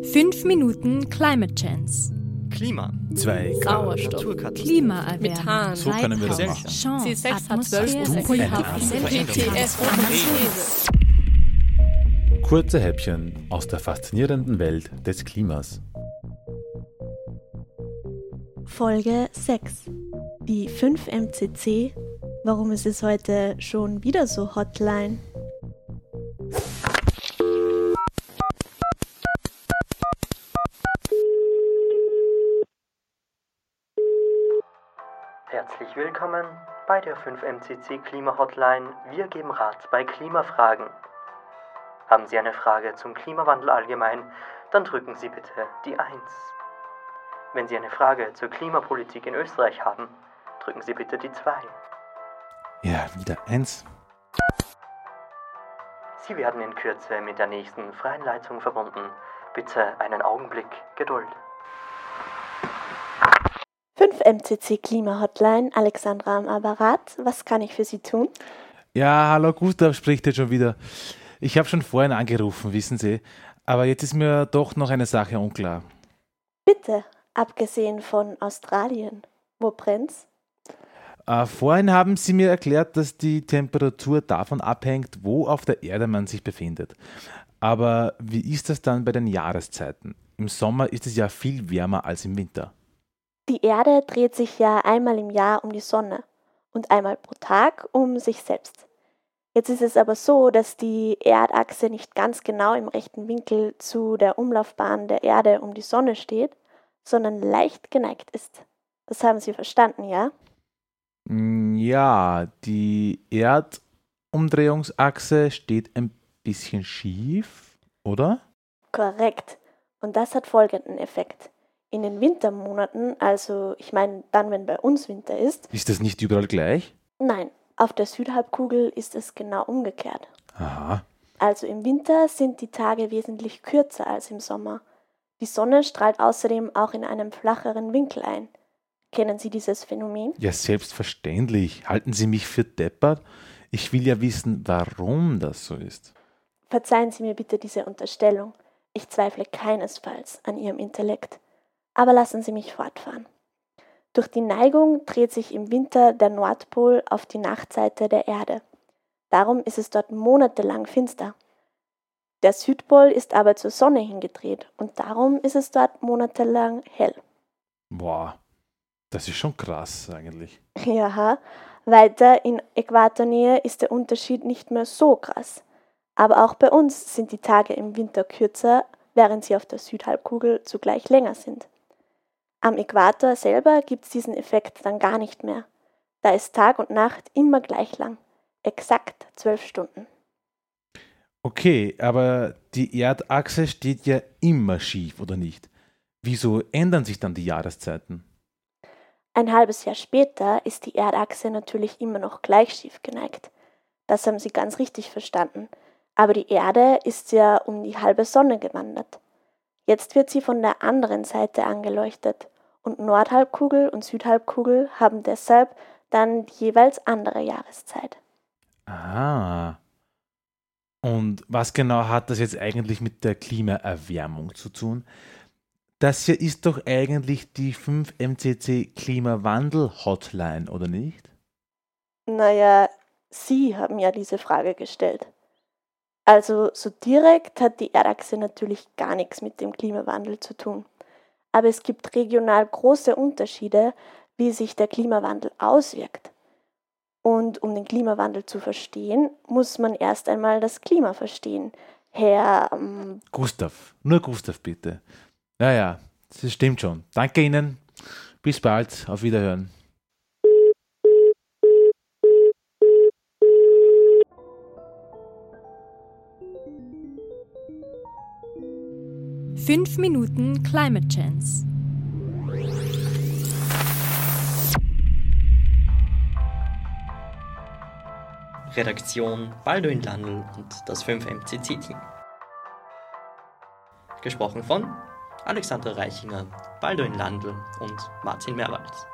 5 Minuten Climate Chance. Klima. 2 Grad. Sauerstoff. Naturkatastrophen. Klimaerwärmung. Methan. So können wir das Gesellschaft. machen. Chance. C6 hat 12%. WTF. Kurze Häppchen aus der faszinierenden Welt des Klimas. Folge 6. Die 5 MCC. Warum ist es heute schon wieder so Hotline? Herzlich willkommen bei der 5MCC Klima Hotline. Wir geben Rat bei Klimafragen. Haben Sie eine Frage zum Klimawandel allgemein, dann drücken Sie bitte die 1. Wenn Sie eine Frage zur Klimapolitik in Österreich haben, drücken Sie bitte die 2. Ja, wieder 1. Sie werden in Kürze mit der nächsten freien Leitung verbunden. Bitte einen Augenblick Geduld. 5 MCC Klima Hotline, Alexandra am Apparat. Was kann ich für Sie tun? Ja, hallo, Gustav spricht jetzt schon wieder. Ich habe schon vorhin angerufen, wissen Sie. Aber jetzt ist mir doch noch eine Sache unklar. Bitte, abgesehen von Australien. Wo brennt's? Vorhin haben Sie mir erklärt, dass die Temperatur davon abhängt, wo auf der Erde man sich befindet. Aber wie ist das dann bei den Jahreszeiten? Im Sommer ist es ja viel wärmer als im Winter. Die Erde dreht sich ja einmal im Jahr um die Sonne und einmal pro Tag um sich selbst. Jetzt ist es aber so, dass die Erdachse nicht ganz genau im rechten Winkel zu der Umlaufbahn der Erde um die Sonne steht, sondern leicht geneigt ist. Das haben Sie verstanden, ja? Ja, die Erdumdrehungsachse steht ein bisschen schief, oder? Korrekt. Und das hat folgenden Effekt. In den Wintermonaten, also ich meine dann, wenn bei uns Winter ist, Ist das nicht überall gleich? nein, auf der Südhalbkugel ist es genau umgekehrt. Aha. Also im Winter sind die Tage wesentlich kürzer als im Sommer. Die Sonne strahlt außerdem auch in einem flacheren Winkel ein. Kennen Sie dieses Phänomen? Ja, selbstverständlich. Halten Sie mich für deppert? Ich will ja wissen, warum das so ist. Verzeihen Sie mir bitte diese Unterstellung. Ich zweifle keinesfalls an Ihrem Intellekt. Aber lassen Sie mich fortfahren. Durch die Neigung dreht sich im Winter der Nordpol auf die Nachtseite der Erde. Darum ist es dort monatelang finster. Der Südpol ist aber zur Sonne hingedreht und darum ist es dort monatelang hell. Boah, das ist schon krass eigentlich. Ja, weiter in Äquatornähe ist der Unterschied nicht mehr so krass. Aber auch bei uns sind die Tage im Winter kürzer, während sie auf der Südhalbkugel zugleich länger sind. Am Äquator selber gibt es diesen Effekt dann gar nicht mehr. Da ist Tag und Nacht immer gleich lang. Exakt 12 Stunden. Okay, aber die Erdachse steht ja immer schief, oder nicht? Wieso ändern sich dann die Jahreszeiten? Ein halbes Jahr später ist die Erdachse natürlich immer noch gleich schief geneigt. Das haben Sie ganz richtig verstanden. Aber die Erde ist ja um die halbe Sonne gewandert. Jetzt wird sie von der anderen Seite angeleuchtet und Nordhalbkugel und Südhalbkugel haben deshalb dann die jeweils andere Jahreszeit. Ah. Und was genau hat das jetzt eigentlich mit der Klimaerwärmung zu tun? Das hier ist doch eigentlich die 5 MCC Klimawandel-Hotline, oder nicht? Naja, Sie haben ja diese Frage gestellt. Also so direkt hat die Erdachse natürlich gar nichts mit dem Klimawandel zu tun. Aber es gibt regional große Unterschiede, wie sich der Klimawandel auswirkt. Und um den Klimawandel zu verstehen, muss man erst einmal das Klima verstehen. Herr... Gustav, nur Gustav bitte. Ja, das stimmt schon. Danke Ihnen. Bis bald. Auf Wiederhören. Fünf Minuten Climate Chance. Redaktion Balduin Landl und das 5MCC-Team. Gesprochen von Alexandra Reichinger, Balduin Landl und Martin Merwald.